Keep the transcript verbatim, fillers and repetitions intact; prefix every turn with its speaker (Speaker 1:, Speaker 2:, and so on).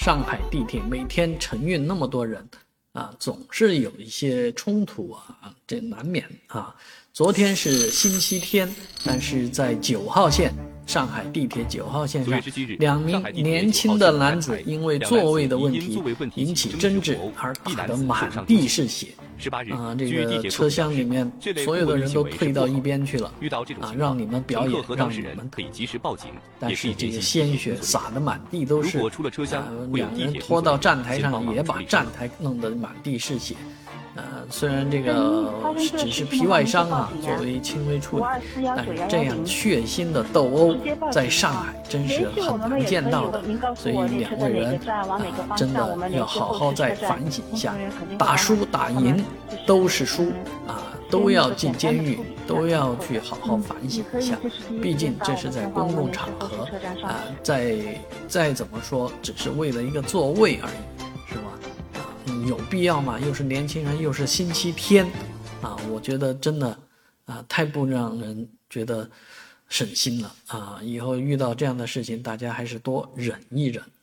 Speaker 1: 上海地铁每天承运那么多人啊，总是有一些冲突啊，这难免啊。昨天是星期天，但是在九号线，上海地铁九号线上，两名年轻的男子因为座位的问题引起争执而打得满地是血。啊，这个车厢里面所有的人都退到一边去了，啊，让你们表演，让你们可以及时报警。但是这个鲜血洒得满地都是，啊，两人拖到站台上也把站台弄得满地是血。呃，虽然这个只是皮外伤啊，作为轻微处理，但是这样血腥的斗殴在上海真是很难见到的，所以两位人啊，真的要好好再反省一下，打输打赢都是输啊，都要进监狱，都要去好好反省一下，毕竟这是在公共场合啊，再再怎么说，只是为了一个座位而已。有必要吗？又是年轻人，又是星期天，啊，我觉得真的啊，太不让人觉得省心了啊！以后遇到这样的事情，大家还是多忍一忍。